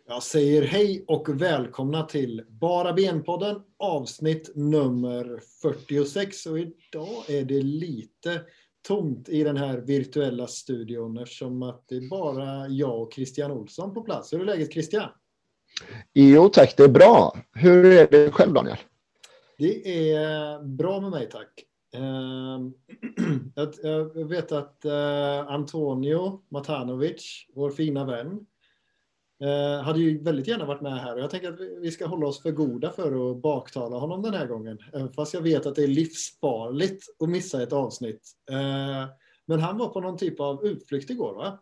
Jag säger hej och välkomna till Bara Ben-podden, avsnitt nummer 46. Och idag är det lite tomt i den här virtuella studion eftersom att det är bara jag och Christian Olsson på plats. Hur är läget, Christian? Jo tack, det är bra. Hur är det själv, Daniel? Det är bra med mig, tack. Jag vet att Antonio Matanovic, vår fina vän, hade ju väldigt gärna varit med här. Och jag tänker att vi ska hålla oss för goda för att baktala honom den här gången. Fast jag vet att det är livsfarligt att missa ett avsnitt. Men han var på någon typ av utflykt igår, va?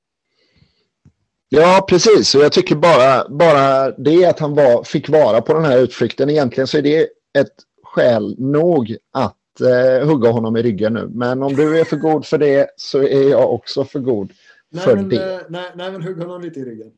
Ja, precis. Och jag tycker bara det att han fick vara på den här utflykten. Egentligen så är det ett skäl nog att hugga honom i ryggen nu. Men om du är för god för det så är jag också för god för det. Nej, men hugga honom lite i ryggen.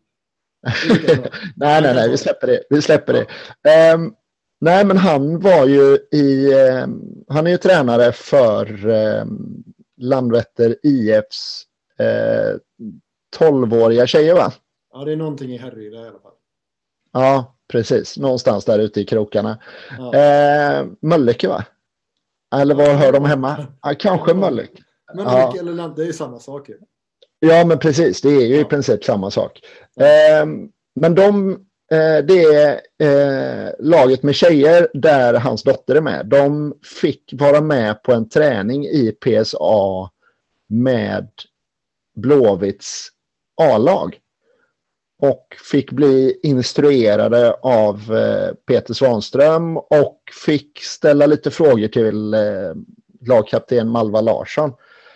nej, vi släpper det. Nej, men han var ju han är ju tränare för Landvetter IFs 12-åriga tjejer, va? Ja, det är någonting i Härryda i alla fall. Ja, precis. Någonstans där ute i krokarna. Ja. Mölnlycke, va? Eller var hör de hemma? Ja, kanske Mölnlycke. Men Mölnlycke eller Land, det är ju samma sak. Ja, men precis. Det är ju i princip samma sak. Men det är laget med tjejer där hans dotter är med. De fick vara med på en träning i PSA med Blåvitts A-lag. Och fick bli instruerade av Peter Svanström och fick ställa lite frågor till lagkapten Malva Larsson.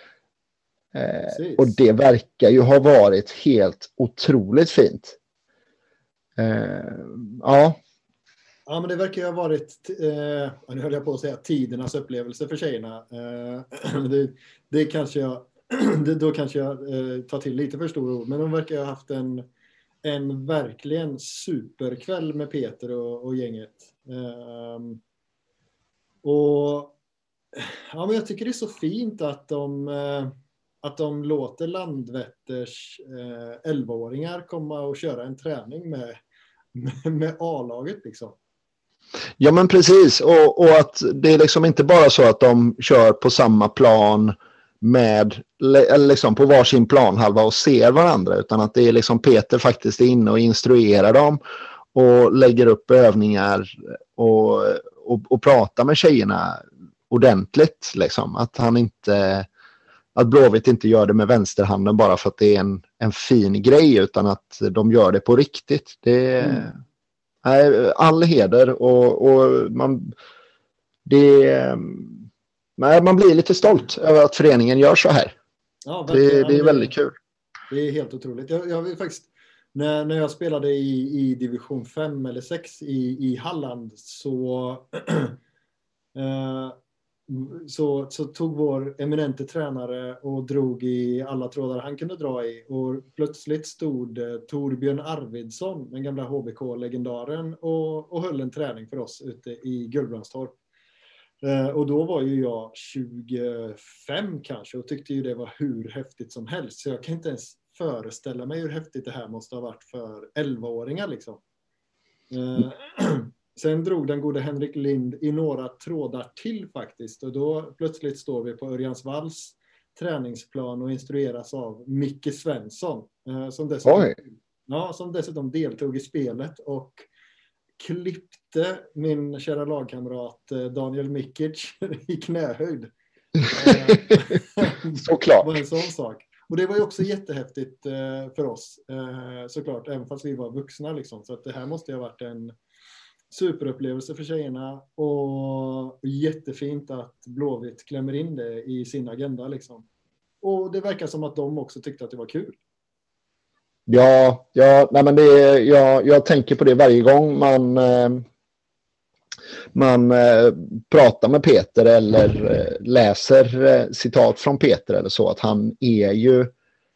Och det verkar ju ha varit helt otroligt fint. Ja. Ja, men det verkar ju ha varit, nu höll jag på att säga tidernas upplevelse för tjejerna. Det kanske jag, då kanske jag tar till lite för stor ord. Men de verkar ha haft en verkligen superkväll med Peter och gänget. Och ja, men jag tycker det är så fint att de låter Landvetters 11-åringar komma och köra en träning med A-laget liksom. Ja, men precis. Och att det är liksom inte bara så att de kör på samma plan eller liksom på varsin planhalva och ser varandra, utan att det är liksom Peter faktiskt är inne och instruerar dem och lägger upp övningar och pratar med tjejerna ordentligt liksom. Att Blåvitt inte gör det med vänsterhanden bara för att det är en fin grej, utan att de gör det på riktigt. Det är all heder och man blir lite stolt över att föreningen gör så här. Ja, det är väldigt kul. Det är helt otroligt. Jag vill faktiskt, när jag spelade i division 5 eller 6 i Halland så tog vår eminente tränare och drog i alla trådar han kunde dra i. Och plötsligt stod Torbjörn Arvidsson, den gamla HBK-legendaren, och höll en träning för oss ute i Gullbrandstorp. Och då var ju jag 25 kanske och tyckte ju det var hur häftigt som helst. Så jag kan inte ens föreställa mig hur häftigt det här måste ha varit för 11-åringar liksom. Sen drog den gode Henrik Lind i några trådar till faktiskt. Och då plötsligt står vi på Örjansvalls träningsplan och instrueras av Micke Svensson. Som dessutom deltog i spelet och klippte min kära lagkamrat Daniel Mikic i knähöjd. Såklart. Det var en sån sak. Och det var ju också jättehäftigt för oss, såklart, även fast vi var vuxna liksom. Så att det här måste ju ha varit en superupplevelse för tjejerna och jättefint att Blåvitt klämmer in det i sin agenda liksom. Och det verkar som att de också tyckte att det var kul. Ja, nej men jag tänker på det varje gång man pratar med Peter eller läser citat från Peter eller så, att han är ju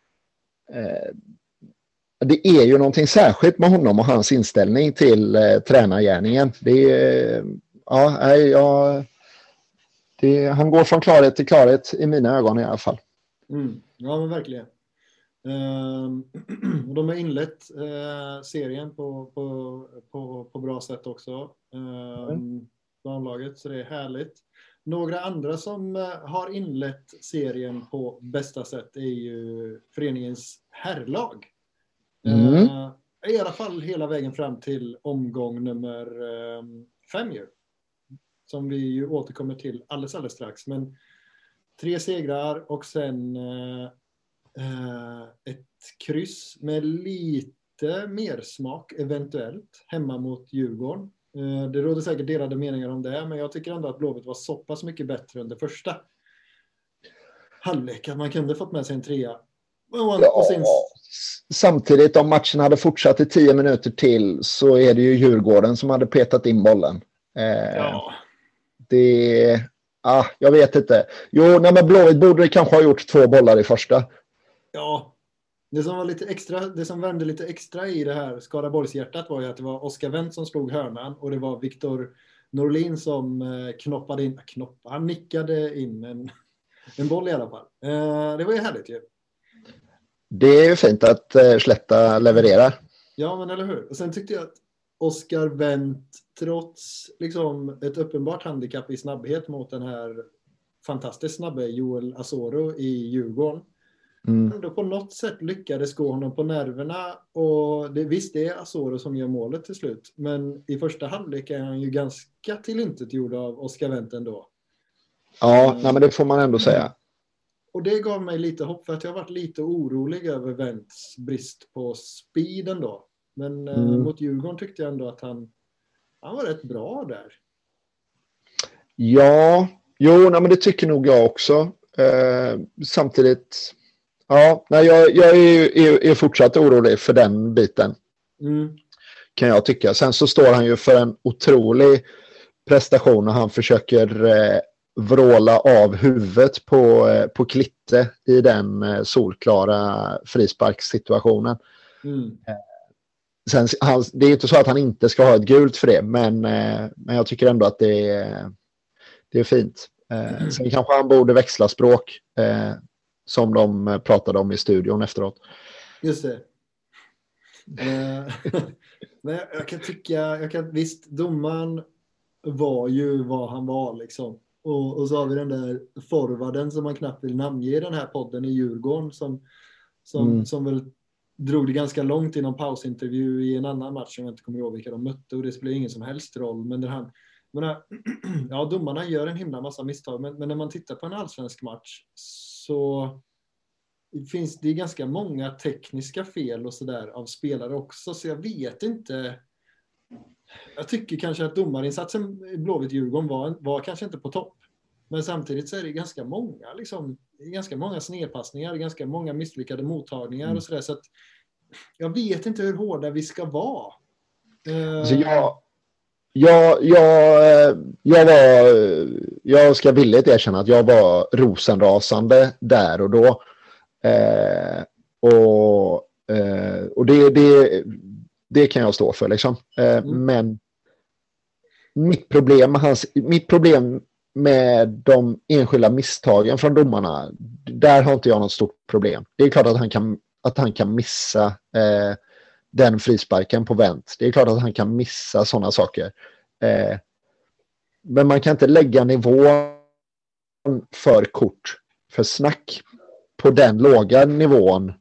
det är ju någonting särskilt med honom och hans inställning till tränargärningen. Han går från klarhet till klarhet i mina ögon i alla fall. Ja, men verkligen. Och de har inlett serien på bra sätt också. Damlaget, så det är härligt. Några andra som har inlett serien på bästa sätt är ju föreningens herrlag. I alla fall hela vägen fram till omgång nummer 5 ju. Som vi ju återkommer till alldeles strax. Men 3 segrar och sen ett kryss med lite mer smak eventuellt hemma mot Djurgården. Det råder säkert delade meningar om det, men jag tycker ändå att Blåvitt var så pass mycket bättre under första halvlek att man kunde fått med sig en 3. Samtidigt, om matchen hade fortsatt i 10 minuter till så är det ju Djurgården som hade petat in bollen. Jag vet inte. Men Blåvitt borde kanske ha gjort 2 bollar i första. Ja, det som var lite extra, det som vände lite extra i det här Skaraborgshjärtat var ju att det var Oskar Wendt som slog hörnan och det var Viktor Norlin som han nickade in en boll i alla fall. Det var ju härligt ju. Det är ju fint att Slätta levererar. Ja, men eller hur? Och sen tyckte jag att Oskar Wendt, trots liksom ett uppenbart handikapp i snabbhet mot den här fantastiskt snabba Joel Asoro i Djurgården, ändå på något sätt lyckades gå honom på nerverna. Och visst, det är Asoro som gör målet till slut, men i första halvlek är han ju ganska tillintetgjord av Oskar Wendt ändå. Ja, men det får man ändå säga. Och det gav mig lite hopp, för att jag har varit lite orolig över Wendts brist på speeden då. Men mot Djurgården tyckte jag ändå att han var rätt bra där. Ja, men det tycker nog jag också. Samtidigt, jag är fortsatt orolig för den biten. Kan jag tycka. Sen så står han ju för en otrolig prestation och han försöker vråla av huvudet på Klitte i den solklara frisparkssituationen. Sen, det är inte så att han inte ska ha ett gult för det, men jag tycker ändå att det är fint. Sen kanske han borde växla språk, som de pratade om i studion efteråt. Just det. Men jag kan tycka, visst, domaren var ju vad han var liksom. Och så har vi den där forwarden som man knappt vill namnge i den här podden i Djurgården som väl drog det ganska långt i någon pausintervju i en annan match som jag inte kommer ihåg vilka de mötte, och det spelar ingen som helst roll. Men domarna gör en himla massa misstag, men när man tittar på en allsvensk match så finns det ganska många tekniska fel och sådär av spelare också, så jag vet inte. Jag tycker kanske att domarinsatsen i Blåvitt-Djurgården var kanske inte på topp. Men samtidigt så är det ganska många snedpassningar, ganska många misslyckade mottagningar och sådär. Så att jag vet inte hur hårda vi ska vara. Alltså jag ska villigt erkänna att jag var rosenrasande där och då. Och det kan jag stå för liksom. Men mitt problem med de enskilda misstagen från domarna, där har inte jag något stort problem. Det är klart att han kan missa den frisparken på Wendt. Det är klart att han kan missa sådana saker. Men man kan inte lägga nivån för kort för snack på den låga nivån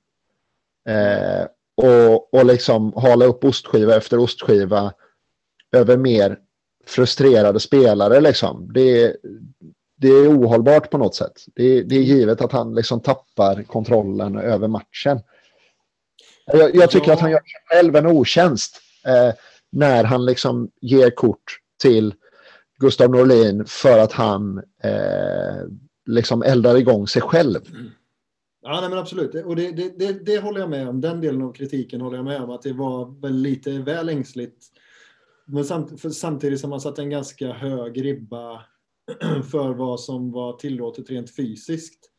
och liksom hala upp ostskiva efter ostskiva över mer frustrerade spelare liksom. Det är ohållbart på något sätt. Det är givet att han liksom tappar kontrollen över matchen. Jag tycker att han gör sig själv en otjänst när han liksom ger kort till Gustav Norlin för att han liksom eldar igång sig själv. Ja, nej, men absolut. Och det håller jag med om. Den delen av kritiken håller jag med om, att det var väl lite väl ängsligt. Men samtidigt som man satt en ganska hög ribba för vad som var tillåtet rent fysiskt.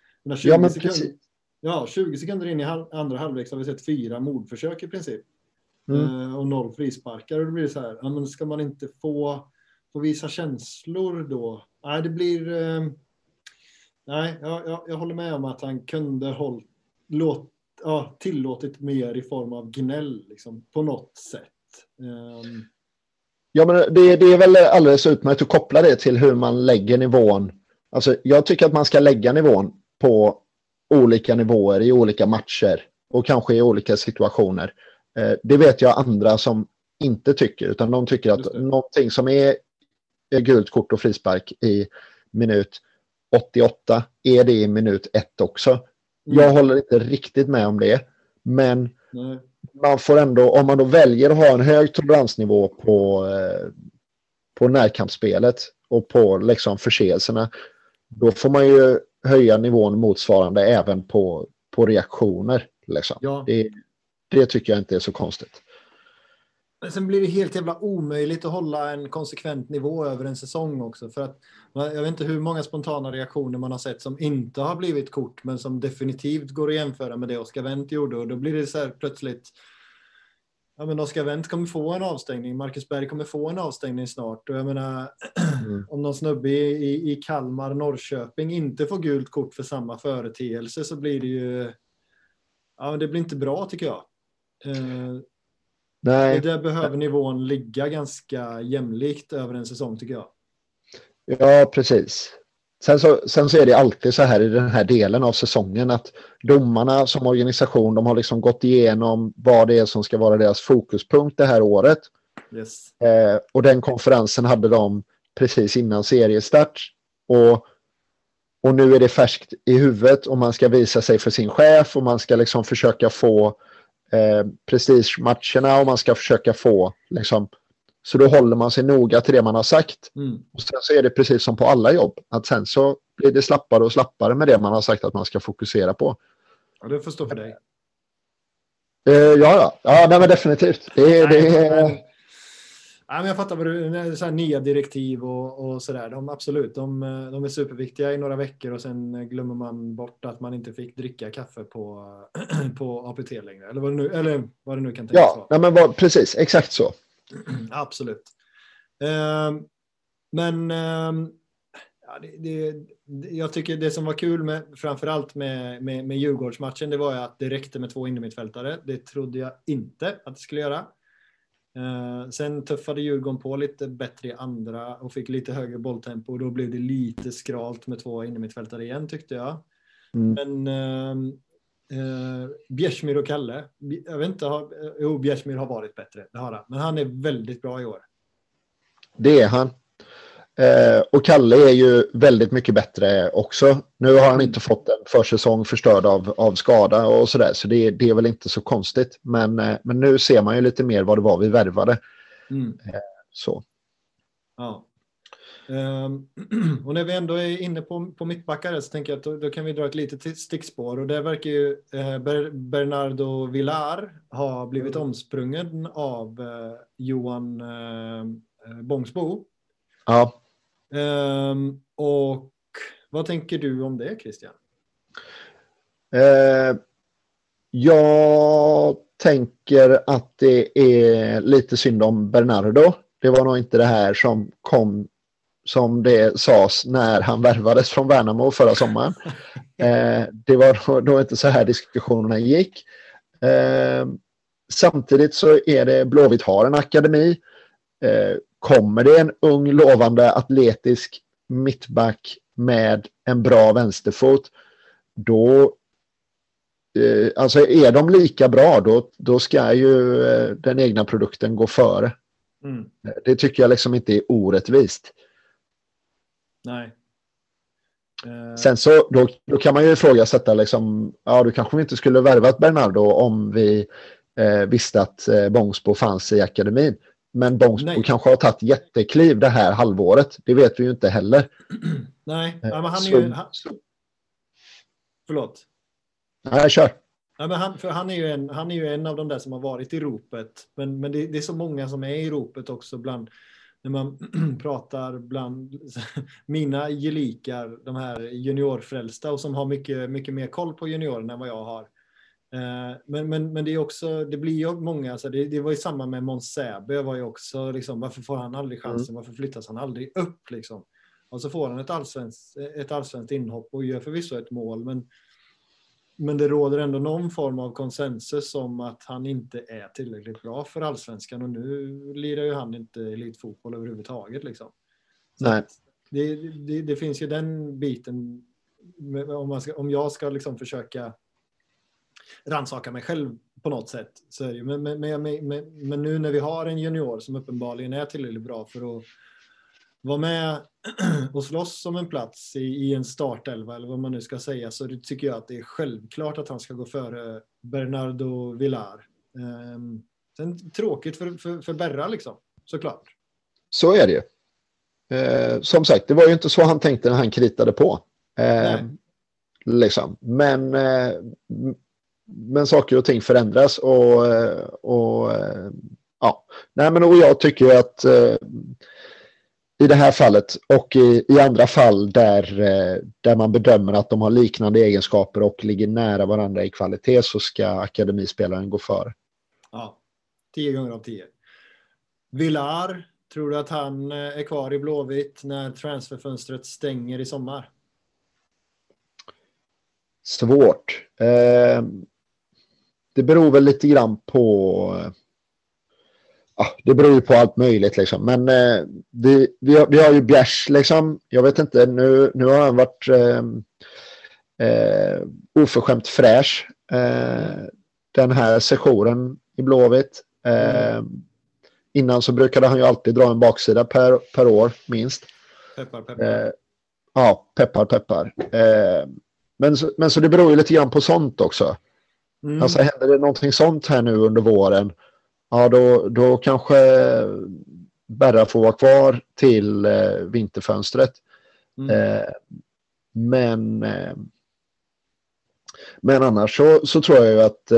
20 sekunder in i andra halvlek så har vi sett 4 mordförsök i princip. Och 0 frisparkar. Och då blir det så här, men ska man inte få visa känslor då? Nej, det blir... Nej, jag håller med om att han kunde tillåtit mer i form av gnäll liksom, på något sätt. Ja, men det är väl alldeles utmärkt att koppla det till hur man lägger nivån. Alltså, jag tycker att man ska lägga nivån på olika nivåer i olika matcher och kanske i olika situationer. Det vet jag andra som inte tycker, utan de tycker att någonting som är gult kort och frispark i minut 88 är det i minut 1 också. Jag håller inte riktigt med om det, men man får ändå, om man då väljer att ha en hög toleransnivå på närkampsspelet och på liksom förseelserna, då får man ju höja nivån motsvarande även på reaktioner. Liksom. Ja. Det tycker jag inte är så konstigt. Men sen blir det helt jävla omöjligt att hålla en konsekvent nivå över en säsong också. För att jag vet inte hur många spontana reaktioner man har sett som inte har blivit kort, men som definitivt går att jämföra med det Oscar Wendt gjorde. Och då blir det så här plötsligt, ja men Oscar Wendt kommer få en avstängning, Marcus Berg kommer få en avstängning snart. Och jag menar, om någon snubbe i Kalmar, Norrköping inte får gult kort för samma företeelse, så blir det ju, ja det blir inte bra tycker jag. Nej. Det där behöver nivån ligga ganska jämlikt över en säsong tycker jag. Ja, precis. Sen så är det alltid så här i den här delen av säsongen att domarna som organisation, de har liksom gått igenom vad det är som ska vara deras fokuspunkt det här året. Yes. Och den konferensen hade de precis innan seriestart. Och nu är det färskt i huvudet och man ska visa sig för sin chef och man ska liksom försöka få prestigematcherna och man ska försöka få liksom, så då håller man sig noga till det man har sagt. Och sen så är det precis som på alla jobb att sen så blir det slappare och slappare med det man har sagt att man ska fokusera på. Ja, det förstår för dig. Ja, nej, men definitivt. Men jag fattar vad du, så här nya direktiv och sådär. Absolut, de är superviktiga i några veckor och sen glömmer man bort att man inte fick dricka kaffe på APT längre. Eller vad det nu kan tänkas vara. Ja, men precis, exakt så. Absolut. Jag tycker det som var kul med framförallt med Djurgårdsmatchen, det var ju att det räckte med 2 innermittfältare. Det trodde jag inte att det skulle göra. Sen tuffade Djurgården på lite bättre i andra och fick lite högre bolltempo och då blev det lite skralt med 2 innermittfältare igen tyckte jag. Men Bjärsmyr och Kalle, jag vet inte, Bjärsmyr har varit bättre, det har han, men han är väldigt bra i år. Det är han. Och Kalle är ju väldigt mycket bättre också. Nu har han inte fått en försäsong förstörd av skada och sådär, så det är väl inte så konstigt. Men nu ser man ju lite mer vad det var vi värvade. Så. Ja. Och när vi ändå är inne på mittbackare så tänker jag att då kan vi dra ett litet stickspår. Och det verkar ju Bernardo Villar ha blivit omsprungen av Johan Bångsbo. Ja. Och vad tänker du om det, Christian? Jag tänker att det är lite synd om Bernardo. Det var nog inte det här som kom som det sades när han värvades från Värnamo förra sommaren. Det var då inte så här diskussionerna gick. Samtidigt så är det Blåvitt har en akademi. Kommer det en ung, lovande, atletisk mittback med en bra vänsterfot, då alltså är de lika bra, då ska ju den egna produkten gå före. Det tycker jag liksom inte är orättvist. Nej. Sen så då kan man ju ifrågasätta liksom, ja, då kanske vi inte skulle värvat Bernardo om vi visste att Bångsbo fanns i akademin. Men Bångsbo kanske har tagit jättekliv det här halvåret. Det vet vi ju inte heller. Nej, men han är ju... Förlåt. Nej, kör. Ja, men han är ju en av de där som har varit i ropet. Men det är så många som är i ropet också bland... När man pratar bland mina gelikar, de här juniorfrälsta och som har mycket, mycket mer koll på juniorerna än vad jag har. Men det är också, det blir ju många, alltså det var ju samma med Måns Säbe, var ju också liksom, varför får han aldrig chansen, varför flyttas han aldrig upp liksom? Och så får han ett allsvenskt inhopp och gör förvisso ett mål, Men det råder ändå någon form av konsensus om att han inte är tillräckligt bra för allsvenskan. Och nu lirar ju han inte elitfotboll överhuvudtaget. Liksom. Nej. Det finns ju den biten. Om jag ska liksom försöka rannsaka mig själv på något sätt. Så är det ju. Men nu när vi har en junior som uppenbarligen är tillräckligt bra för att vara med och slåss om en plats i en startelva eller vad man nu ska säga, så tycker jag att det är självklart att han ska gå före Bernardo Villar. Sen tråkigt för Berra liksom, såklart. Så är det ju. Som sagt, det var ju inte så han tänkte när han kritade på. Liksom. Men saker och ting förändras och ja. Nej, men och jag tycker ju att i det här fallet och i andra fall där man bedömer att de har liknande egenskaper och ligger nära varandra i kvalitet, så ska akademispelaren gå före. Ja, 10 gånger av 10. Villar, tror du att han är kvar i Blåvitt när transferfönstret stänger i sommar? Svårt. Det beror väl lite grann på... det beror ju på allt möjligt liksom. Men vi har ju Bjärs liksom. Jag vet inte, nu har han varit oförskämt fräsch den här sessionen i Blåvitt. Innan så brukade han ju alltid dra en baksida per år minst. Peppar. Ja, peppar. Men så det beror ju lite grann på sånt också. Alltså händer det någonting sånt här nu under våren, ja då kanske Berra får vara kvar till vinterfönstret. Men annars så tror jag ju att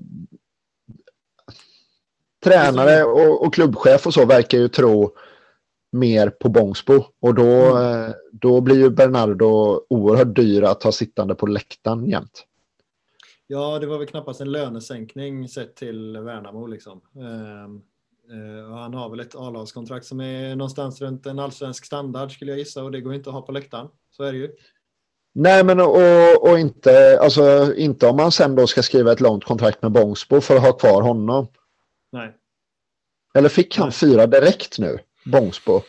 tränare och klubbchef och så verkar ju tro mer på Bångsbo, och då blir ju Bernardo oerhört dyr att ha sittande på läktaren jämt. Ja, det var väl knappast en lönesänkning sett till Värnamo liksom. Och han har väl ett A-lagskontrakt som är någonstans runt en allsvensk standard skulle jag gissa, och det går inte att ha på läktaren. Så är det ju. Nej, men och inte om man sen då ska skriva ett långt kontrakt med Bångsbo för att ha kvar honom. Nej. Eller fick han 4 direkt nu, Bångsbo?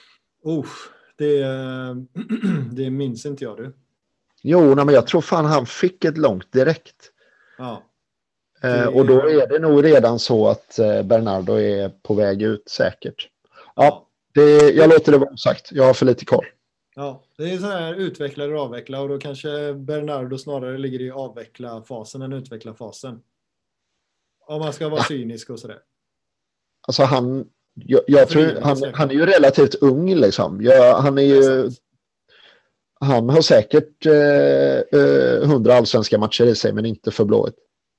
Det minns inte jag, du. Jo, men jag tror fan han fick ett långt direkt. Ja. Och då är det nog redan så att Bernardo är på väg ut säkert. Ja, jag låter det vara sagt. Jag har för lite koll. Ja, det är så här utveckla eller avveckla, och då kanske Bernardo snarare ligger i avveckla-fasen än utveckla-fasen. Om man ska vara cynisk och sådär. Alltså jag tror han är ju relativt ung liksom. Han har säkert 100 allsvenska matcher i sig, men inte för Blåvitt.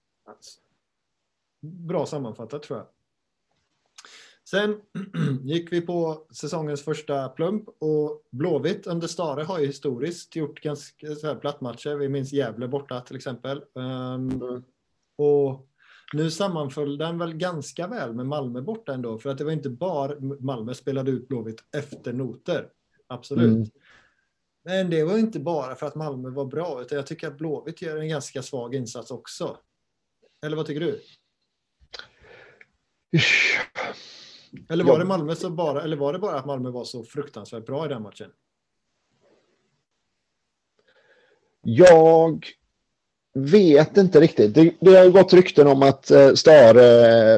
Bra sammanfattat tror jag. Sen gick vi på säsongens första plump, och Blåvitt under Stare har ju historiskt gjort ganska så här plattmatcher. Vi minns Gävle borta till exempel. Och nu sammanföll den väl ganska väl med Malmö borta ändå, för att det var inte bara Malmö spelade ut Blåvitt efter noter. Absolut. Men det var inte bara för att Malmö var bra, utan jag tycker att Blåvitt gör en ganska svag insats också. Eller vad tycker du? Eller var det Malmö så bara, eller var det bara att Malmö var så fruktansvärt bra i den matchen? Jag vet inte riktigt. Det har gått rykten om att Stare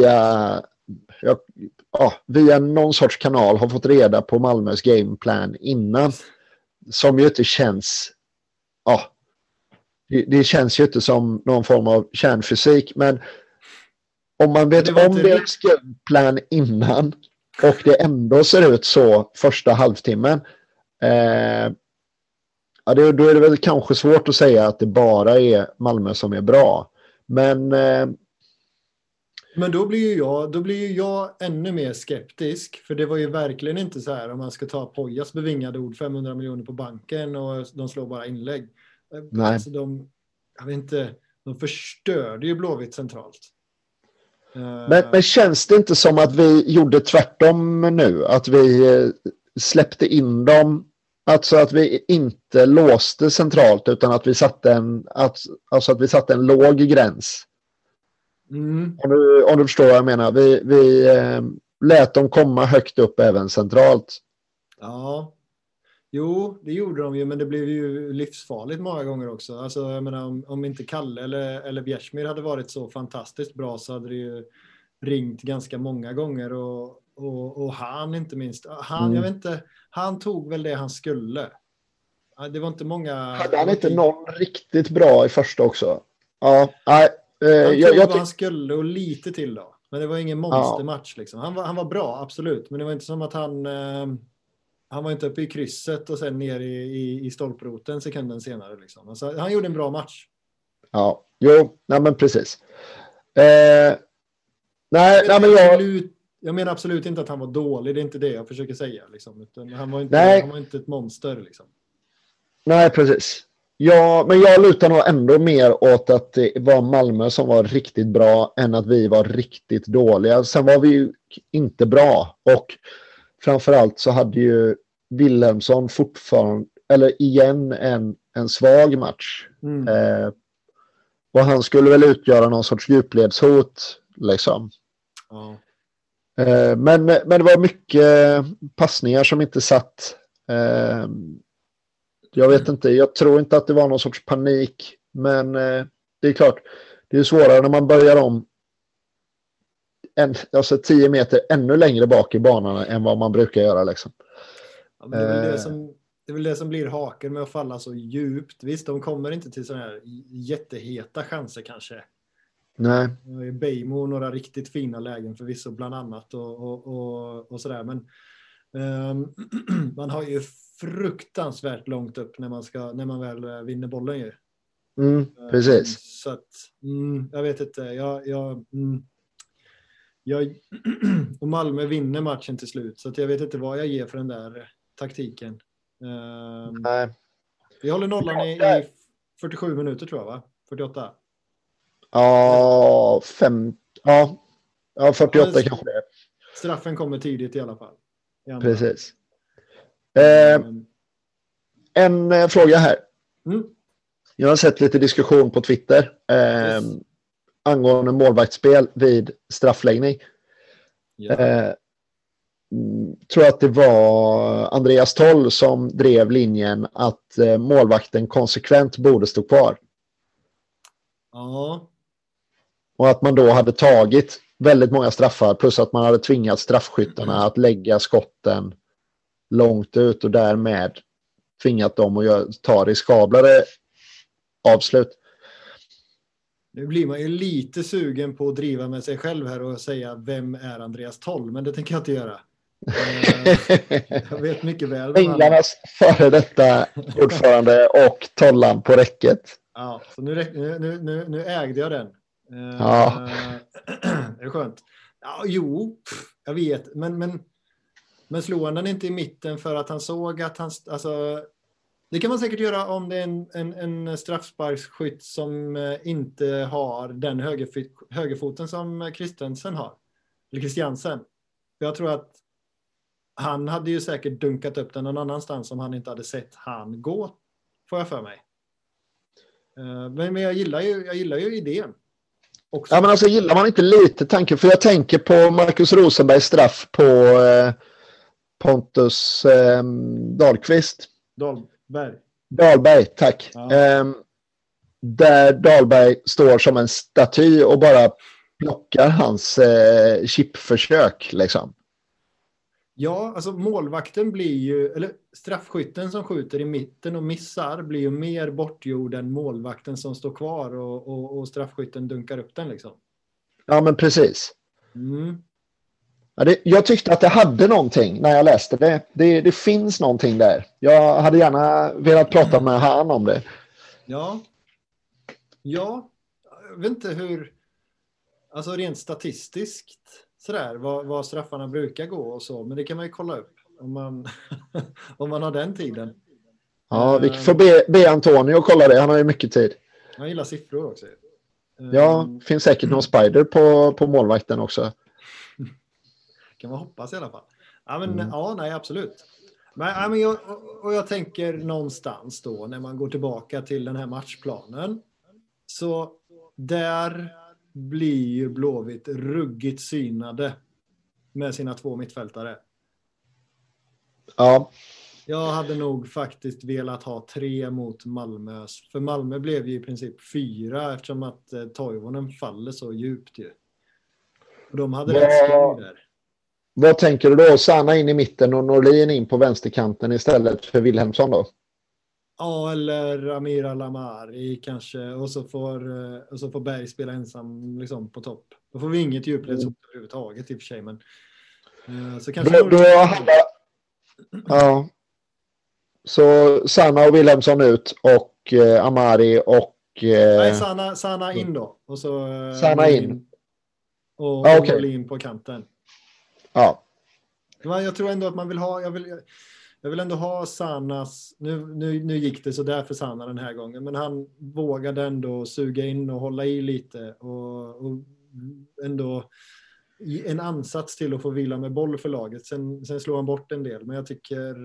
via någon sorts kanal har fått reda på Malmös gameplan innan. Som ju inte känns... Det känns ju inte som någon form av kärnfysik, men om man vet om deras gameplan innan och det ändå ser ut så första halvtimmen, då är det väl kanske svårt att säga att det bara är Malmö som är bra. Men då blir jag ännu mer skeptisk, för det var ju verkligen inte så här, om man ska ta Pojas bevingade ord, 500 miljoner på banken och de slår bara inlägg. Nej. Alltså de förstörde ju Blåvitt centralt. Men känns det inte som att vi gjorde tvärtom nu? Att vi släppte in dem Alltså att vi inte låste centralt utan att vi satte en låg gräns. Om du förstår vad jag menar. Vi lät dem komma högt upp även centralt. Ja. Jo, det gjorde de ju, men det blev ju livsfarligt många gånger också. Alltså, jag menar, om inte Kalle eller Bjärsmyr hade varit så fantastiskt bra så hade det ju ringt ganska många gånger och han inte minst. Jag vet inte, han tog väl det han skulle. Det var inte många... Hade han inte någon riktigt bra i första också? Ja, nej. Han tog vad han skulle och lite till då. Men det var ingen monstermatch liksom. Han var bra, absolut. Men det var inte som att han var inte uppe i krysset och sen ner i stolproten sekunden senare liksom. Alltså, han gjorde en bra match. Ja, nej men precis. Jag menar absolut inte att han var dålig. Det är inte det jag försöker säga liksom. Utan han var inte ett monster liksom. Nej, precis. Ja, men jag lutar nog ändå mer åt att det var Malmö som var riktigt bra än att vi var riktigt dåliga. Sen var vi ju inte bra och framförallt så hade ju Wilhelmsson fortfarande, eller igen en svag match. Och han skulle väl utgöra någon sorts djupledshot liksom. Ja. Men det var mycket passningar som inte satt. Jag vet inte, jag tror inte att det var någon sorts panik. Men det är klart, det är svårare när man börjar om 10 meter ännu längre bak i banan än vad man brukar göra liksom. Ja, men det är väl det som blir haken med att falla så djupt. Visst, de kommer inte till sådana här jätteheta chanser kanske. Nej. Bejmo några riktigt fina lägen förvisso bland annat och sådär. Men man har ju fruktansvärt långt upp när man väl vinner bollen ju. Precis. Så att, jag vet inte. Och Malmö vinner matchen till slut. Så att jag vet inte vad jag ger för den där taktiken. Nej. Vi håller nollan i 47 minuter tror jag, va? 48. Ja, 48 kanske det är. Straffen kommer tidigt i alla fall. Precis. En fråga här. Jag har sett lite diskussion på Twitter angående målvaktsspel vid straffläggning. Tror att det var Andreas Toll som drev linjen att målvakten konsekvent borde stå kvar. Ja. Och att man då hade tagit väldigt många straffar plus att man hade tvingat straffskyttarna att lägga skotten långt ut och därmed tvingat dem att ta riskablare avslut. Nu blir man ju lite sugen på att driva med sig själv här och säga vem är Andreas Toll, men det tänker jag inte göra. Jag vet mycket väl. Änglarnas före detta ordförande och Tollan på räcket. Ja, så nu ägde jag den. Ja. Det är skönt. Ja, jag vet, men slog han den inte i mitten för att han såg att han, alltså, det kan man säkert göra om det är en straffsparksskytt som inte har den högerfoten som Christiansen har. Eller Christiansen. Jag tror att han hade ju säkert dunkat upp den någon annanstans om han inte hade sett han gå, får jag för mig. Men jag gillar ju idén. Också. Ja, men alltså gillar man inte lite tanken, för jag tänker på Marcus Rosenbergs straff på Pontus Dahlqvist. Dahlberg, tack. Ja. Där Dahlberg står som en staty och bara plockar hans chipförsök liksom. Ja, alltså målvakten blir ju, eller straffskytten som skjuter i mitten och missar blir ju mer bortgjord än målvakten som står kvar och straffskytten dunkar upp den liksom. Ja, men precis. Ja, jag tyckte att det hade någonting när jag läste det. Det finns någonting där. Jag hade gärna velat prata med han om det. Ja, jag vet inte hur, alltså rent statistiskt sådär, vad straffarna brukar gå och så, men det kan man ju kolla upp om man har den tiden. Ja, vi får be Antonio kolla det, han har ju mycket tid. Han gillar siffror också. Ja, finns säkert någon spider på målvakten också. Kan man hoppas i alla fall. Ja, men nej, absolut. Men jag tänker någonstans då när man går tillbaka till den här matchplanen. Så där blir ju Blåvitt ruggigt synade med sina 2 mittfältare. Ja. Jag hade nog faktiskt velat ha 3 mot Malmö. För Malmö blev ju i princip 4 eftersom att Toivonen faller så djupt ju. Och de hade rätt skoj där. Vad tänker du då? Sanna in i mitten och Norlin in på vänsterkanten istället för Wilhelmsson då? Ja, eller Amir Al-Amari kanske. Och så får Berg spela ensam liksom, på topp. Då får vi inget djupledshot överhuvudtaget i och för sig. Men, så kanske ja. Så Sanna och Wilhelmsson ut och Amari och... Nej, Sanna in då. Och så Sanna in. Och Norlin på kanten. Ja. Jag tror ändå att man vill ha... Jag vill ändå ha Sannas... Nu gick det så där för Sanna den här gången. Men han vågade ändå suga in och hålla i lite. Och ändå en ansats till att få vila med boll för laget. Sen slår han bort en del. Men jag tycker...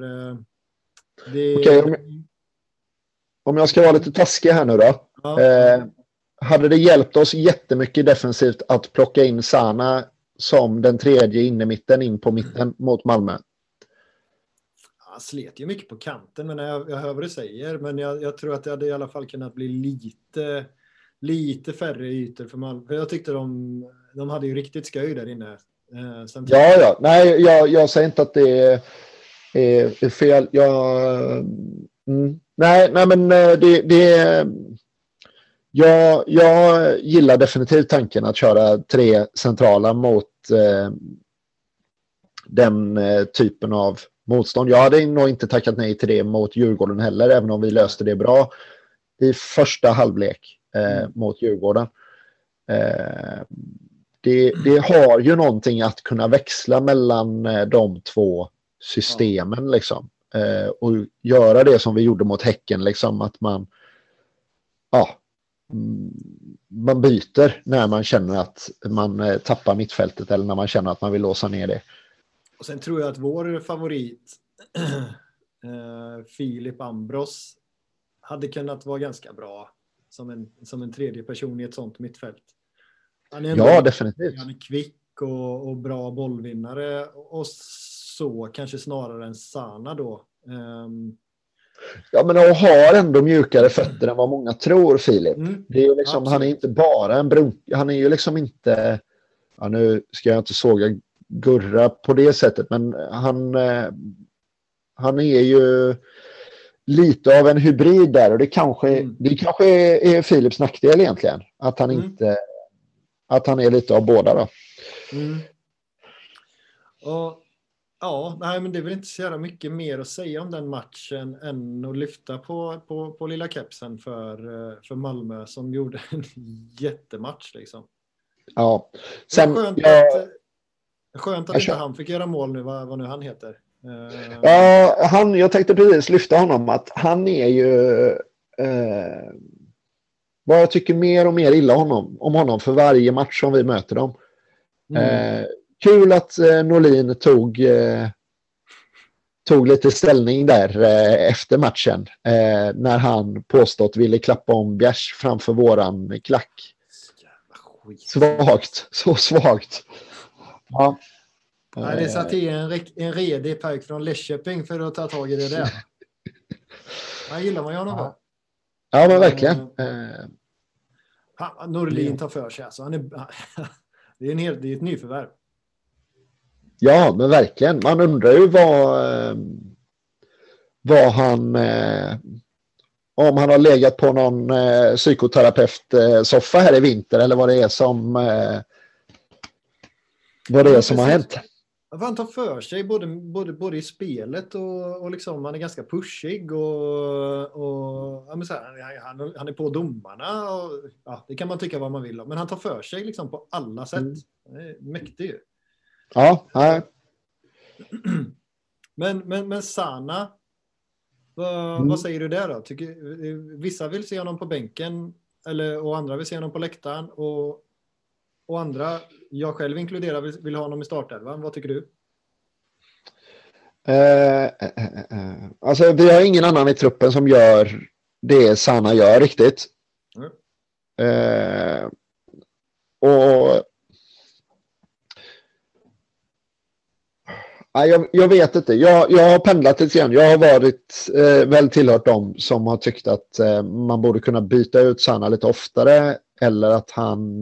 Om jag ska vara lite taskig här nu då. Ja. Hade det hjälpt oss jättemycket defensivt att plocka in Sana som den tredje innermitten in på mitten mot Malmö? Jag slet ju mycket på kanten, men jag hör vad du säger. Men jag tror att det hade i alla fall kunnat bli lite färre ytor för Malmö. För jag tyckte de hade ju riktigt skoj där inne. Ja. Nej, jag säger inte att det är fel. Nej, men jag gillar definitivt tanken att köra 3 centrala mot den typen av motstånd. Jag hade nog inte tackat nej till det mot Djurgården heller, även om vi löste det bra i första halvlek mot Djurgården. Det har ju någonting att kunna växla mellan de 2 systemen liksom. Och göra det som vi gjorde mot Häcken liksom, att man byter när man känner att man tappar mittfältet eller när man känner att man vill låsa ner det. Och sen tror jag att vår favorit Filip Ambros hade kunnat vara ganska bra som en tredje person i ett sånt mittfält. Definitivt. Han är kvick och bra bollvinnare och så kanske snarare än Sana då. Ja, men han har ändå mjukare fötter än vad många tror, Filip. Det är liksom, han är inte bara en han är ju liksom inte, nu ska jag inte såga Gurra på det sättet, men han är ju lite av en hybrid där, och det kanske är Filips nackdel egentligen, att han inte, att han är lite av båda då. Och men det är väl inte så jävla mycket mer att säga om den matchen än att lyfta på lilla kepsen för Malmö som gjorde en jättematch liksom. Ja. Sen, skönt att inte han fick göra mål nu, vad nu han heter. Jag tänkte precis lyfta honom, att han är ju vad jag tycker mer och mer illa om honom för varje match som vi möter dem. Kul att Norlin tog lite ställning där efter matchen när han påstått ville klappa om Bjärs framför våran klack. Så svagt. Ja. Nej, det satt i en redig pojk från Läschöping för att ta tag i det där. Jag gillar man ju honom för. Ja, men verkligen. Norlin tar för sig. Alltså. Det är ett nyförvärv. Ja, men verkligen. Man undrar ju vad han... om han har legat på någon psykoterapeut-soffa här i vinter, eller vad det är som... som har hänt. Han tar för sig både i spelet och liksom, han är ganska pushig och han är på domarna och det kan man tycka vad man vill om, men han tar för sig liksom på alla sätt. Det är mäktigt ju. Ja. Men Sana, vad säger du där då? Vissa vill se honom på bänken och andra vill se honom på läktaren och andra, jag själv inkluderar, vill ha honom i startelvan. Vad tycker du? Alltså vi har ingen annan i truppen som gör det Sana gör riktigt. Och jag vet inte. Jag har pendlat lite grann. Jag har varit väl tillhört dem som har tyckt att man borde kunna byta ut Sana lite oftare, eller att han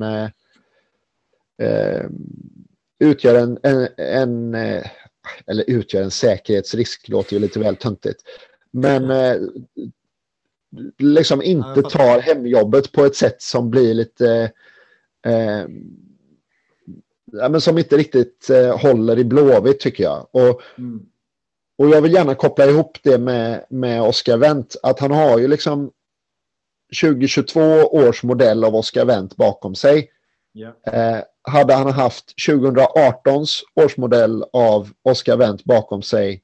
utgör eller utgör en säkerhetsrisk, låter ju lite väl töntigt. Men liksom inte tar hemjobbet på ett sätt som blir lite men som inte riktigt håller i Blåvitt, tycker jag. Och jag vill gärna koppla ihop det med Oscar Wendt, att han har ju liksom 2022 års modell av Oscar Wendt bakom sig. Yeah. Hade han haft 2018s årsmodell av Oscar Wendt bakom sig,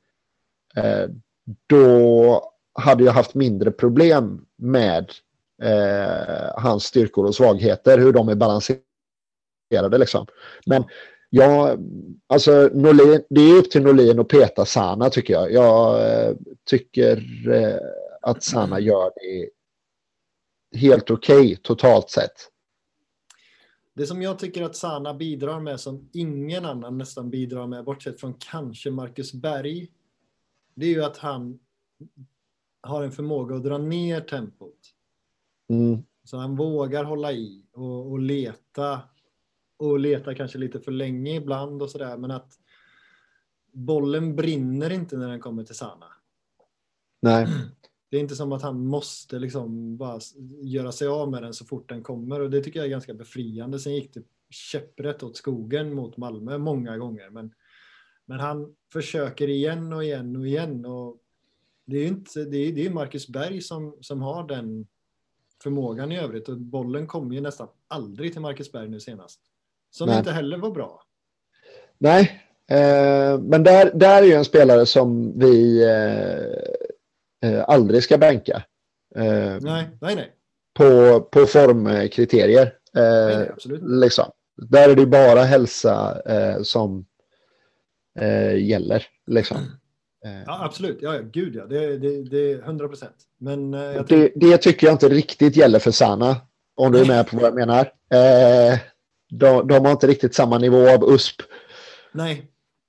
då hade jag haft mindre problem med hans styrkor och svagheter, hur de är balanserade liksom. Men alltså Norlin, det är upp till Norlin att peta Sana, tycker jag. Jag tycker att Sana gör det helt okej totalt sett. Det som jag tycker att Sana bidrar med, som ingen annan nästan bidrar med, bortsett från kanske Marcus Berg, det är ju att han har en förmåga att dra ner tempot. Så han vågar hålla i och leta. Och leta kanske lite för länge ibland och sådär. Men att bollen brinner inte när den kommer till Sana. Nej. Det är inte som att han måste liksom bara göra sig av med den så fort den kommer. Och det tycker jag är ganska befriande. Sen gick det käpprätt åt skogen mot Malmö många gånger. Men han försöker igen och igen och igen. Och det är ju inte, det är Marcus Berg som har den förmågan i övrigt. Och bollen kommer ju nästan aldrig till Marcus Berg nu senast. Som inte heller var bra. Nej, men där är ju en spelare som vi aldrig ska bänka. Nej. På formkriterier. Nej, absolut. Liksom. Där är det bara hälsa som gäller. Liksom. Ja, absolut. Ja, gud ja. Det är 100%. Men det tycker jag inte riktigt gäller för Sana. Om du är med på vad jag menar. De har inte riktigt samma nivå av USP. Nej,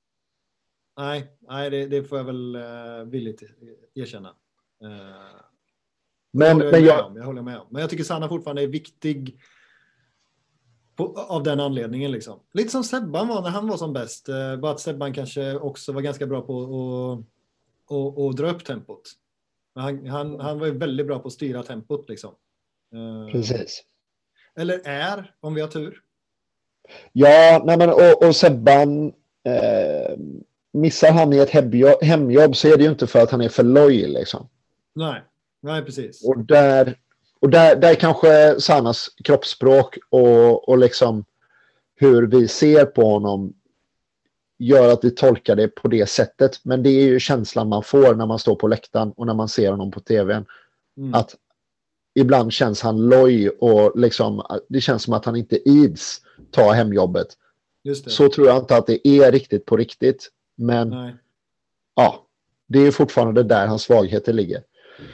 det får jag väl villigt erkänna. Jag håller med om. Men jag tycker Sana fortfarande är viktig av den anledningen. Liksom. Lite som Sebban var när han var som bäst. Bara att Sebban kanske också var ganska bra på att dra upp tempot. Men han var ju väldigt bra på att styra tempot. Liksom. Precis. Eller om vi har tur. Ja, nej men, och Sebban missar han i ett hemjobb, så är det ju inte för att han är för loj liksom. Nej, precis. Och där kanske Sanas kroppsspråk och liksom hur vi ser på honom gör att vi tolkar det på det sättet. Men det är ju känslan man får när man står på läktaren och när man ser honom på tvn. Att ibland känns han loj och liksom, det känns som att han inte ids ta hemjobbet. Just det. Så tror jag inte att det är riktigt på riktigt. Men ja, det är fortfarande där hans svagheter ligger.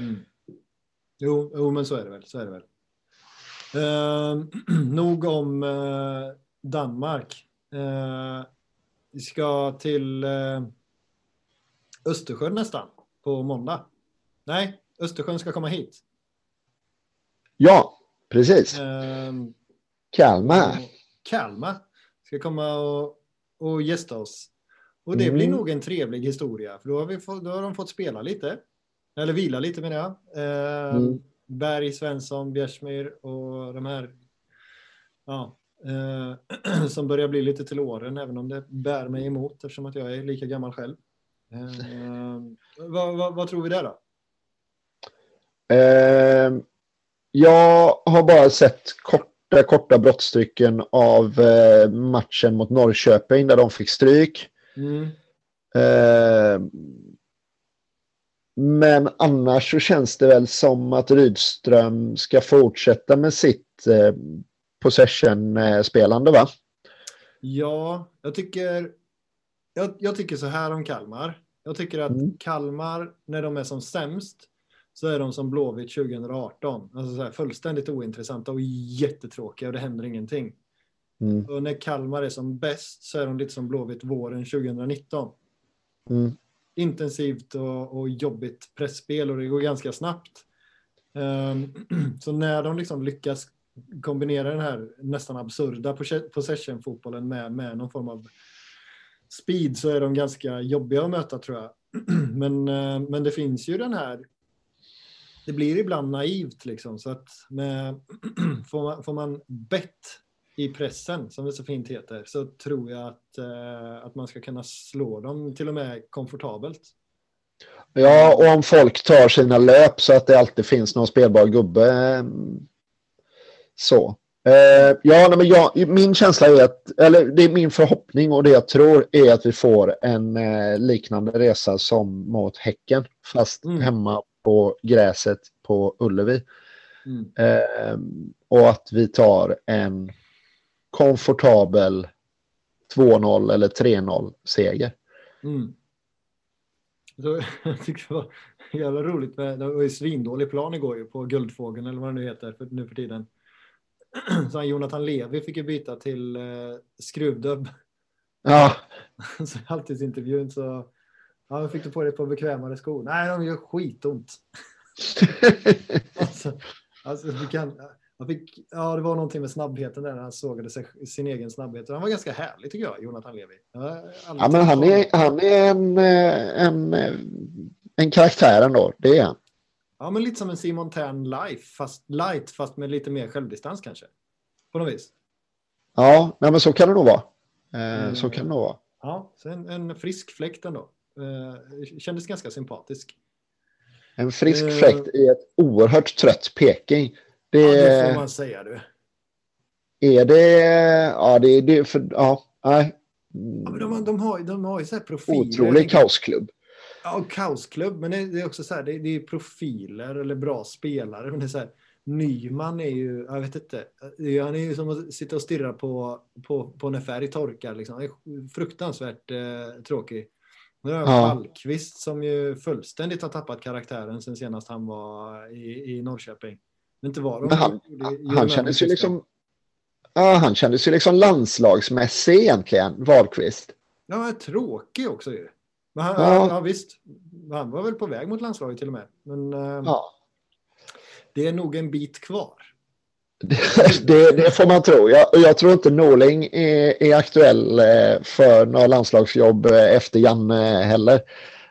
Jo, men så är det väl. Nog om Danmark. Vi ska till Östersjön nästan på måndag. Nej, Östersjön ska komma hit. Ja, precis. Kalmar ska komma och gästa oss. Och det blir nog en trevlig historia. För då har de fått spela lite. Eller vila lite menar jag. Berg, Svensson, Bjärsmyr och de här som börjar bli lite till åren, även om det bär mig emot eftersom att jag är lika gammal själv. Vad tror vi där då? Jag har bara sett korta brottstycken av matchen mot Norrköping där de fick stryk. Men annars så känns det väl som att Rydström ska fortsätta med sitt possession-spelande, va? Ja, jag tycker så här om Kalmar. Jag tycker att Kalmar, när de är som sämst, så är de som Blåvitt 2018. Alltså så här, fullständigt ointressanta och jättetråkiga och det händer ingenting. Och när Kalmar är som bäst så är de lite som Blåvitt våren 2019. Intensivt och jobbigt pressspel och det går ganska snabbt. Så när de liksom lyckas kombinera den här nästan absurda possession-fotbollen med någon form av speed, så är de ganska jobbiga att möta, tror jag. Men det finns ju den här, det blir ibland naivt liksom, så att får man bett i pressen, som det så fint heter, så tror jag att man ska kunna slå dem till och med komfortabelt. Ja, och om folk tar sina löp så att det alltid finns någon spelbar gubbe. Så. Min känsla är att, eller det är min förhoppning och det jag tror är att vi får en liknande resa som mot Häcken, fast hemma på gräset på Ullevi. Och att vi tar en komfortabel 2-0 eller 3-0 seger. Så, jag tycker det var jävla roligt. Det var ju svindålig plan igår ju på Guldfågeln eller vad det nu heter nu för tiden. Så Jonathan Levi fick ju byta till skruvdubb. Ja. Så halvtidsintervjun så fick du på dig på bekvämare skor. Nej, de gör skitont. alltså du kan... det var någonting med snabbheten där när han sågade sin egen snabbhet. Han var ganska härlig tycker jag, Jonathan Levi. Ja, men han är en karaktär ändå, det är han. Ja, men lite som en Simon Tern light, fast med lite mer självdistans kanske. På något vis. Ja, men så kan det nog vara. Så kan det nog vara. Ja, så en frisk fläkt ändå. Kändes ganska sympatisk. En frisk fläkt i ett oerhört trött Peking. Det får man säga, du. Är det... Ja, det är för... Ja, nej. Ja, men de har ju så här profiler. Otrolig kaosklubb. Ja, kaosklubb. Men det är också så här, det är profiler eller bra spelare. Men det är så här, Nyman är ju... Jag vet inte. Han är ju som att sitta och stirra på när färg torkar. Liksom. Han är fruktansvärt tråkig. Nu har Wallqvist som ju fullständigt har tappat karaktären sen senast han var i Norrköping. Inte var de, han kändes ju liksom han kändes ju liksom landslagsmässig egentligen, Wallqvist. Ja, tråkig också ju. Men han visst, han var väl på väg mot landslaget till och med. Men det är nog en bit kvar. Det får man tro. Jag tror inte Norling är aktuell för några landslagsjobb efter Janne heller.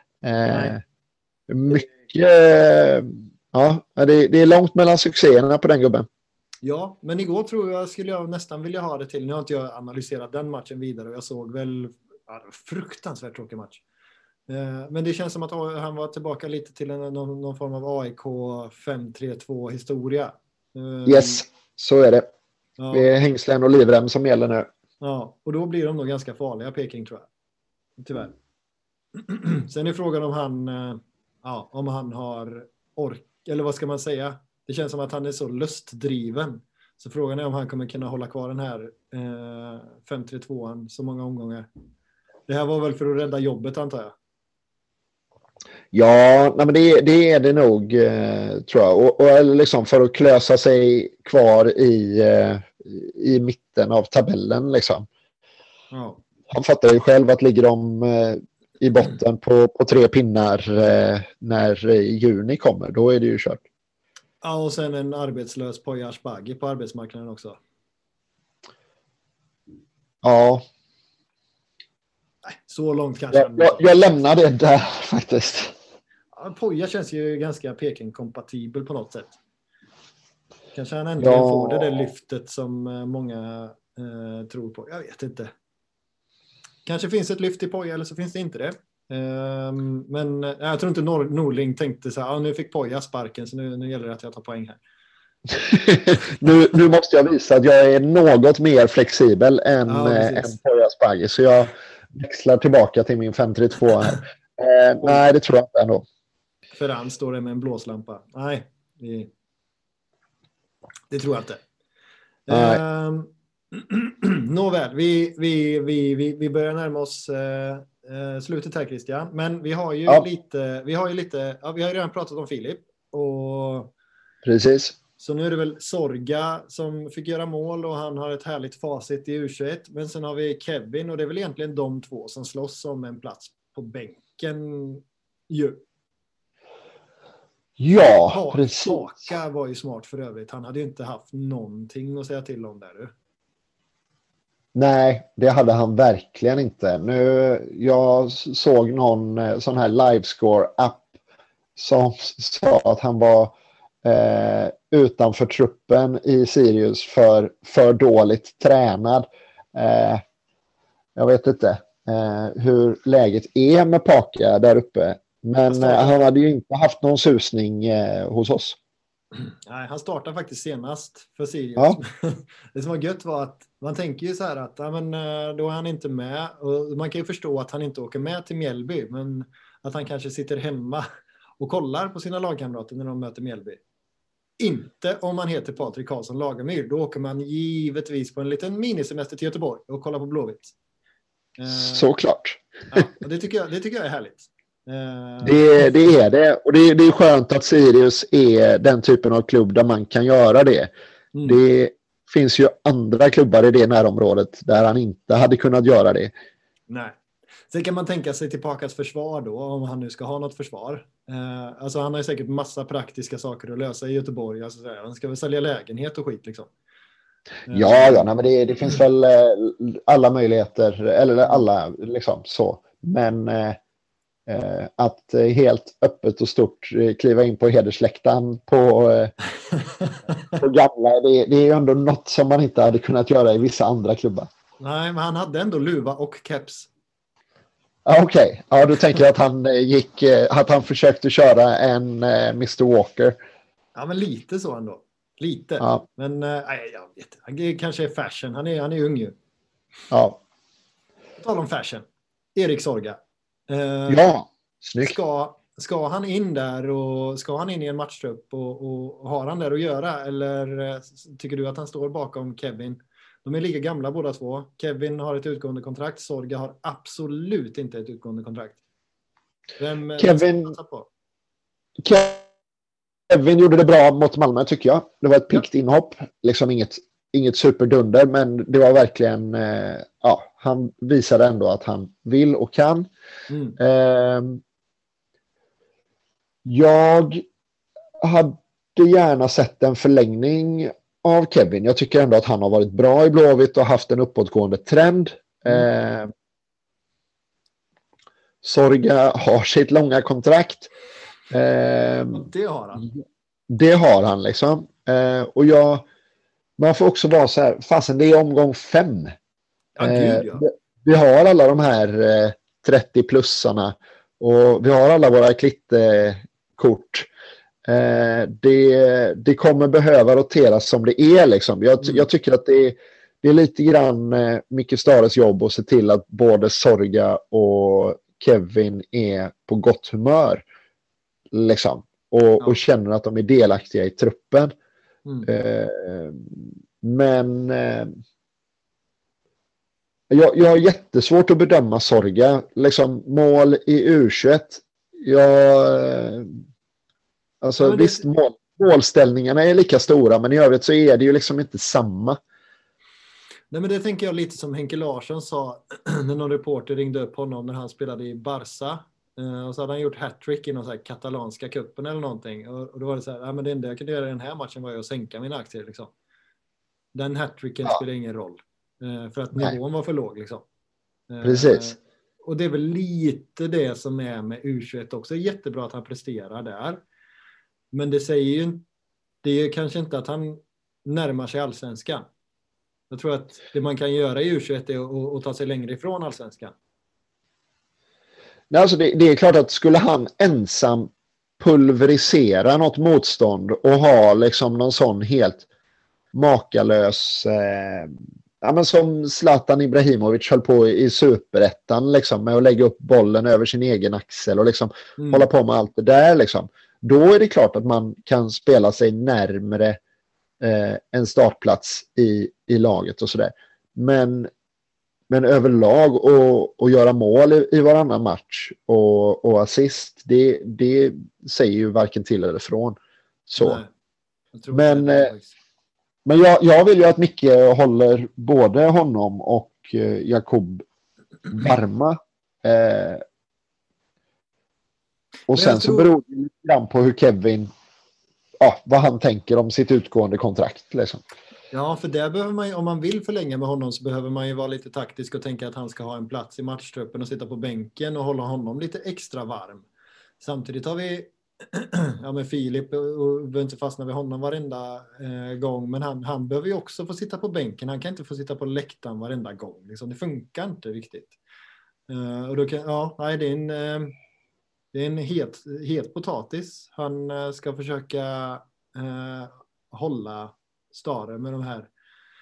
Mycket... Ja, det är långt mellan succéerna på den gubben. Ja, men igår skulle jag nästan vilja ha det till. Nu har inte jag analyserat den matchen vidare och jag såg väl fruktansvärt tråkig match. Men det känns som att han var tillbaka lite till någon form av AIK 5-3-2 historia. Yes, så är det. Ja. Det är hängslen och livrem som gäller nu. Ja, och då blir de nog ganska farliga, Peking, tror jag. Tyvärr. Sen är frågan om han har eller vad ska man säga? Det känns som att han är så lustdriven. Så frågan är om han kommer kunna hålla kvar den här 5-3-2an så många omgångar. Det här var väl för att rädda jobbet, antar jag. Ja, men det är det nog, tror jag. Och liksom för att klösa sig kvar i mitten av tabellen. Liksom. Ja. Han fattar ju själv att ligger de i botten på 3 pinnar när juni kommer, då är det ju kört. Ja, och sen en arbetslös Poya Asbaghi på arbetsmarknaden också. Ja. Nej, så långt kanske. Jag lämnar det där faktiskt. Ja, Poya känns ju ganska Peking-kompatibel på något sätt. Kanske han äntligen får det lyftet som många tror på. Jag vet inte. Kanske finns ett lyft i Poya eller så finns det inte det. Men jag tror inte Norling tänkte så här, nu fick Poya sparken så nu gäller det att jag tar poäng här. nu måste jag visa att jag är något mer flexibel än Poya sparken, så jag växlar tillbaka till min 5-3-2 här. Nej, det tror jag inte ändå. För han står det med en blåslampa. Nej, det tror jag inte. Nåväl, vi börjar närma oss slutet här, Christian. Men vi har ju vi har ju redan pratat om Filip. Och Precis. så nu är det väl Sorga som fick göra mål och han har ett härligt facit i U21. Men sen har vi Kevin och det är väl egentligen de två som slåss om en plats på bänken ju. Ja, precis. Haka var ju smart för övrigt. Han hade ju inte haft någonting att säga till om där. Nej, det hade han verkligen inte. Jag såg någon sån här livescore-app som sa att han var utanför truppen i Sirius för dåligt tränad. Jag vet inte hur läget är med Paka där uppe. Men han hade ju inte haft någon susning hos oss. Nej, han startade faktiskt senast för Sirius. Ja. Det som var gött var att man tänker ju så här att då är han inte med. Och man kan ju förstå att han inte åker med till Mjällby. Men att han kanske sitter hemma och kollar på sina lagkamrater när de möter Mjällby. Inte om man heter Patrik Karlsson Lagemyr. Då åker man givetvis på en liten minisemester till Göteborg och kollar på Blåvitt. Såklart. Ja, och det tycker jag är härligt. Det är det. Och det är skönt att Sirius är den typen av klubb där man kan göra det. Det finns ju andra klubbar i det närområdet där han inte hade kunnat göra det. Nej. Sen kan man tänka sig till Pakas försvar då, om han nu ska ha något försvar. Alltså han har ju säkert massa praktiska saker att lösa i Göteborg. Alltså, han ska väl sälja lägenhet och skit liksom. Ja, nej, men det finns väl alla möjligheter, eller alla liksom så. Men att helt öppet och stort kliva in på hedersläktaren på gamla, det är ju ändå något som man inte hade kunnat göra i vissa andra klubbar. Nej, men han hade ändå luva och keps. Okej. Ja, du tänker att han försökte köra en Mr. Walker. Ja, men lite så ändå. Lite. Ja. Men jag vet, han kanske är fashion. Han är ung ju. Ja. På tal om fashion. Erik Sorga. Ja, snyggt. Ska han in där och ska han in i en matchtrupp och har han där att göra? Eller tycker du att han står bakom Kevin? De är lika gamla båda två. Kevin har ett utgående kontrakt. Sorga har absolut inte ett utgående kontrakt. Kevin gjorde det bra mot Malmö tycker jag. Det var ett piggt inhopp. Liksom inget superdunder, men det var verkligen han visade ändå att han vill och kan. Jag hade gärna sett en förlängning av Kevin. Jag tycker ändå att han har varit bra i Blåvitt och haft en uppåtgående trend. Sorga har sitt långa kontrakt. Det har han. Det har han liksom. Och man får också vara så här, fasen det är omgång 5. Vi har alla de här 30-plussarna och vi har alla våra klittekort. Det kommer behöva roteras som det är liksom. Jag tycker att det är lite grann Micke Stares jobb att se till att både Sorga och Kevin är på gott humör liksom. Och känner att de är delaktiga i truppen. Men jag har jättesvårt att bedöma Sorga. Liksom mål i U21. Visst, målställningarna är lika stora, men i övrigt så är det ju liksom inte samma. Nej, men det tänker jag lite som Henke Larsson sa när någon reporter ringde upp honom när han spelade i Barca. Och så hade han gjort hattrick i någon så här katalanska kuppen eller någonting. Och då var det så här, men det enda jag kunde göra i den här matchen var ju att sänka mina aktier liksom. Den hattricken spelar ingen roll. För att nivån var för låg liksom. Precis. Och det är väl lite det som är med U21 också. Det är jättebra att han presterar där. Men det säger ju, det är kanske inte att han närmar sig allsvenskan. Jag tror att det man kan göra i U21 är att ta sig längre ifrån allsvenskan. Nej, alltså det är klart att skulle han ensam pulverisera något motstånd och ha liksom någon sån helt makalös men som Zlatan Ibrahimovic höll på i superettan liksom, med att lägga upp bollen över sin egen axel och liksom hålla på med allt det där liksom. Då är det klart att man kan spela sig närmare en startplats i laget och sådär. Men Men överlag och göra mål i varannan match och assist, det säger ju varken till eller från. Så. Nej, jag tror inte det Men jag vill ju att Micke håller både honom och Jakob varma. Och sen så beror det lite grann på hur Kevin, vad han tänker om sitt utgående kontrakt. Liksom. Ja, för där behöver man ju, om man vill förlänga med honom så behöver man ju vara lite taktisk och tänka att han ska ha en plats i matchtruppen och sitta på bänken och hålla honom lite extra varm. Samtidigt har vi med Filip, och vi behöver inte fastna vid honom varenda gång, men han behöver ju också få sitta på bänken. Han kan inte få sitta på läktaren varenda gång. Liksom. Det funkar inte riktigt. Och då kan, det är en het potatis. Han ska försöka hålla Stare med de här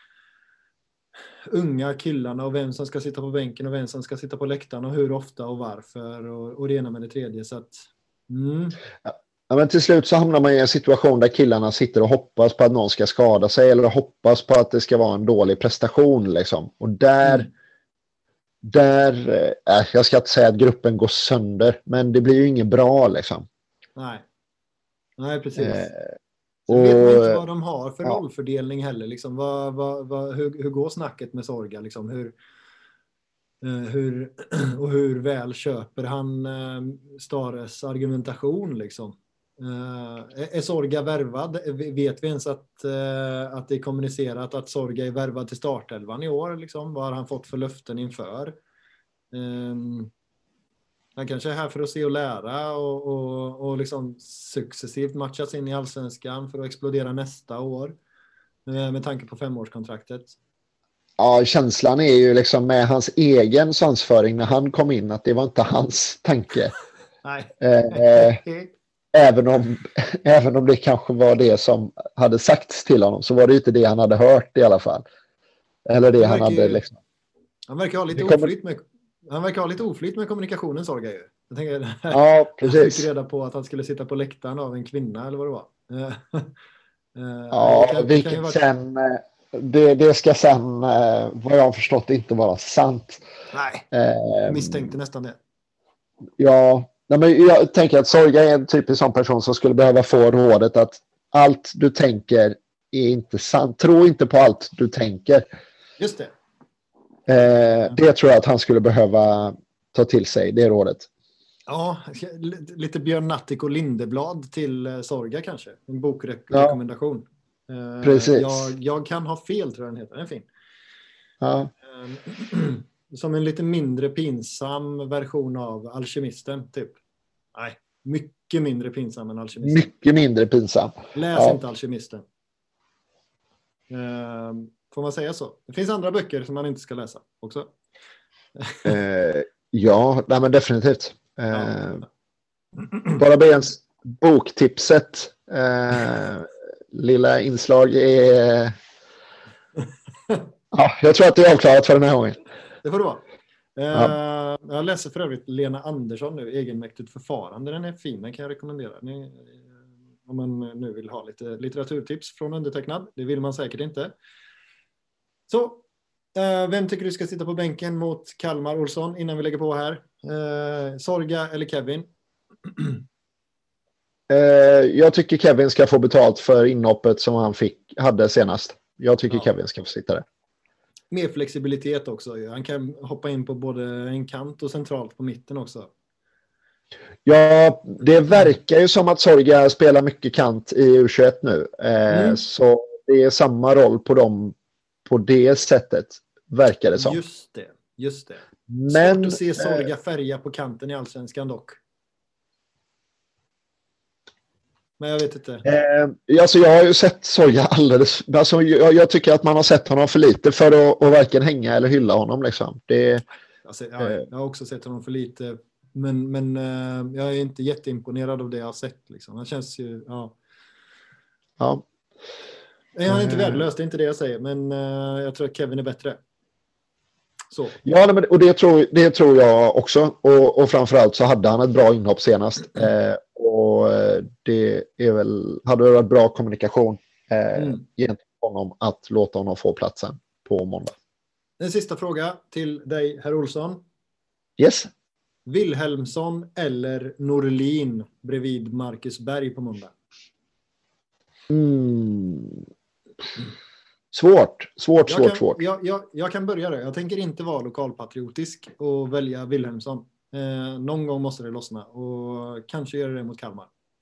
unga killarna och vem som ska sitta på bänken och vem som ska sitta på läktaren och hur ofta och varför och det ena med det tredje. Så att, Ja, men till slut så hamnar man i en situation där killarna sitter och hoppas på att någon ska skada sig eller hoppas på att det ska vara en dålig prestation. Liksom. Och där jag ska inte säga att gruppen går sönder, men det blir ju inget bra liksom. Nej, precis. Så vet man inte vad de har för rollfördelning heller. Liksom. Hur går snacket med Sorga? Liksom? Hur väl köper han Stares argumentation? Liksom? Är Sorga värvad? Vet vi ens att det är kommunicerat att Sorga är värvad till startelvan i år? Liksom? Vad har han fått för löften inför? Han kanske är här för att se och lära och liksom successivt matchas in i allsvenskan för att explodera nästa år med tanke på 5-årskontraktet. Ja, känslan är ju liksom med hans egen svansföring när han kom in att det var inte hans tanke. Nej. Även om det kanske var det som hade sagts till honom så var det inte det han hade hört i alla fall. Eller det han hade liksom. Han verkar ha lite oflyt med. Han verkar ha lite oflyt med kommunikationen, Sorga ju. Jag tänker, precis. Jag fick reda på att han skulle sitta på läktaren av en kvinna, eller vad det var. Sen... Det ska sen, vad jag har förstått, inte vara sant. Nej, jag misstänkte nästan det. Ja, men jag tänker att Sorga är en typisk sån person som skulle behöva få rådet att allt du tänker är inte sant. Tro inte på allt du tänker. Just det. Det tror jag att han skulle behöva ta till sig, det rådet. Ja, lite Björn Natthik och Lindeblad till Sorga kanske. En bokrekommendation. Precis. Jag kan ha fel, tror jag den heter. Den är fin. Ja. Som en lite mindre pinsam version av Alkemisten, typ. Nej, mycket mindre pinsam än Alkemisten. Mycket mindre pinsam. Läs inte Alkemisten. Får man säga så? Det finns andra böcker som man inte ska läsa också. Men definitivt. Bara Bens boktipset. Lilla inslag är... jag tror att det är avklarat för den här gången. Det får det vara. Jag läser för övrigt Lena Andersson nu, Egenmäktigt förfarande. Den är fin, den kan jag rekommendera. Om man nu vill ha lite litteraturtips från undertecknad. Det vill man säkert inte. Så, vem tycker du ska sitta på bänken mot Kalmar Olsson innan vi lägger på här? Sorga eller Kevin? Jag tycker Kevin ska få betalt för inhoppet som han hade senast. Jag tycker Kevin ska få sitta där. Mer flexibilitet också. Han kan hoppa in på både en kant och centralt på mitten också. Ja, det verkar ju som att Sorga spelar mycket kant i U21 nu. Så det är samma roll på dem på det sättet, verkar det som. Just det. Men, svårt att se Sorga färga på kanten i allsvenskan dock. Men jag vet inte. Jag har ju sett Sorga alldeles... Alltså, jag tycker att man har sett honom för lite för att varken hänga eller hylla honom. Liksom. Jag har också sett honom för lite. Men jag är inte jätteimponerad av det jag har sett. Liksom. Han känns ju... Ja. Han är inte värdelös, det är inte det jag säger. Men jag tror att Kevin är bättre. Så. Ja, men, och det tror jag också. Och framförallt så hade han ett bra inhopp senast. Och det hade varit bra kommunikation gentemot honom att låta honom få platsen på måndag. En sista fråga till dig, herr Olsson. Yes. Wilhelmsson eller Norlin bredvid Marcus Berg på måndag? Svårt. Jag kan börja det. Jag tänker inte vara lokalpatriotisk och välja Wilhelmsson. Någon gång måste det lossna och kanske göra det mot Kalmar.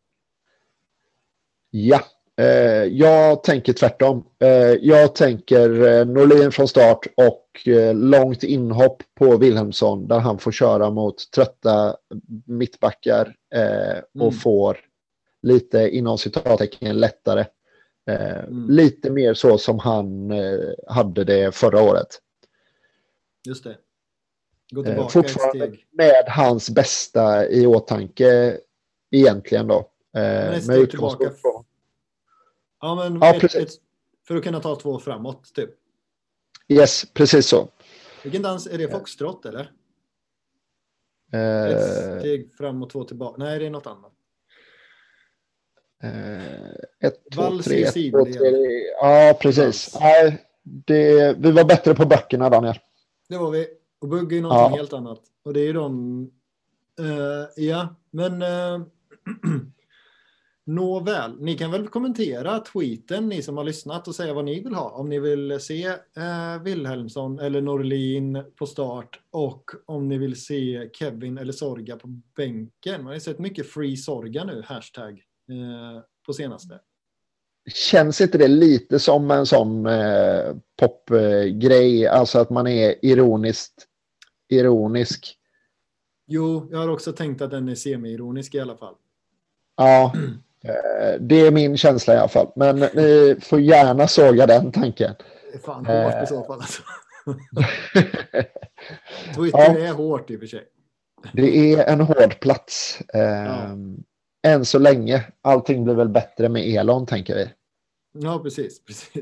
Ja, jag tänker tvärtom. Jag tänker Norlin från start och långt inhopp på Wilhelmsson där han får köra mot trötta mittbackar och får lite inom citattecken lättare. Lite mer så som han hade det förra året. Just det. Gå tillbaka fortfarande ett steg. Med hans bästa i åtanke egentligen då. Ett steg tillbaka. Ja, men för att kunna ta 2 framåt typ. Yes, precis så. Vilken dans är det? Foxtrot eller? Ett steg fram och 2 tillbaka. Nej, det är något annat. 1, 2, 3. Ja, precis. Nej, vi var bättre på böckerna, Daniel. Det var vi. Och bugg är någonting helt annat. Och det är ju de... men... Nåväl, ni kan väl kommentera tweeten, ni som har lyssnat, och säga vad ni vill ha. Om ni vill se Wilhelmsson eller Norlin på start, och om ni vill se Kevin eller Sorga på bänken. Man har ju sett mycket free Sorga nu, hashtag, på senaste. Känns inte det lite som en sån popgrej, alltså att man är ironisk? Jo, jag har också tänkt att den är semi-ironisk i alla fall. Ja, det är min känsla i alla fall. Men ni får gärna såga den tanken. Det är fan hårt i så fall. Alltså. Twitter är hårt i och för sig. Det är en hård plats. Än så länge. Allting blir väl bättre med Elon, tänker vi. Ja, precis.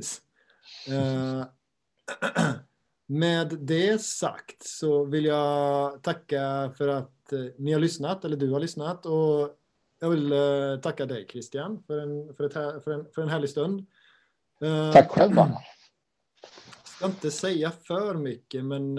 Med det sagt så vill jag tacka för att ni har lyssnat, eller du har lyssnat, och jag vill tacka dig, Christian, för en härlig stund. Tack själv, Daniel. Jag ska inte säga för mycket, men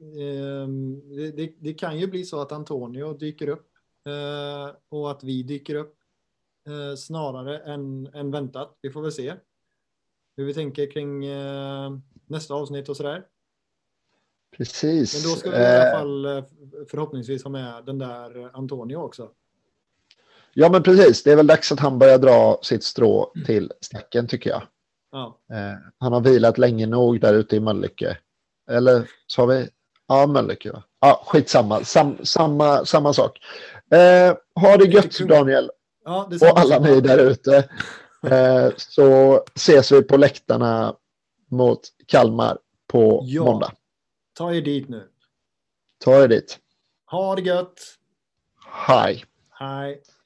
det kan ju bli så att Antonio dyker upp och att vi dyker upp snarare än väntat. Vi får väl se hur vi tänker kring nästa avsnitt och sådär. Precis. Men då ska vi i alla fall förhoppningsvis ha med den där Antonio också. Ja, men precis. Det är väl dags att han börjar dra sitt strå till stacken, tycker jag. Ja. Han har vilat länge nog där ute i Mölnlycke. Eller så har vi... Ja, Mölnlycke, va? Ja, skitsamma. Samma sak. Ha det gött, Daniel. Ja, och alla ni där ute. Så ses vi på läktarna mot Kalmar på måndag. Ta er dit nu. Ta er dit. Ha det gött. Hej. Hej.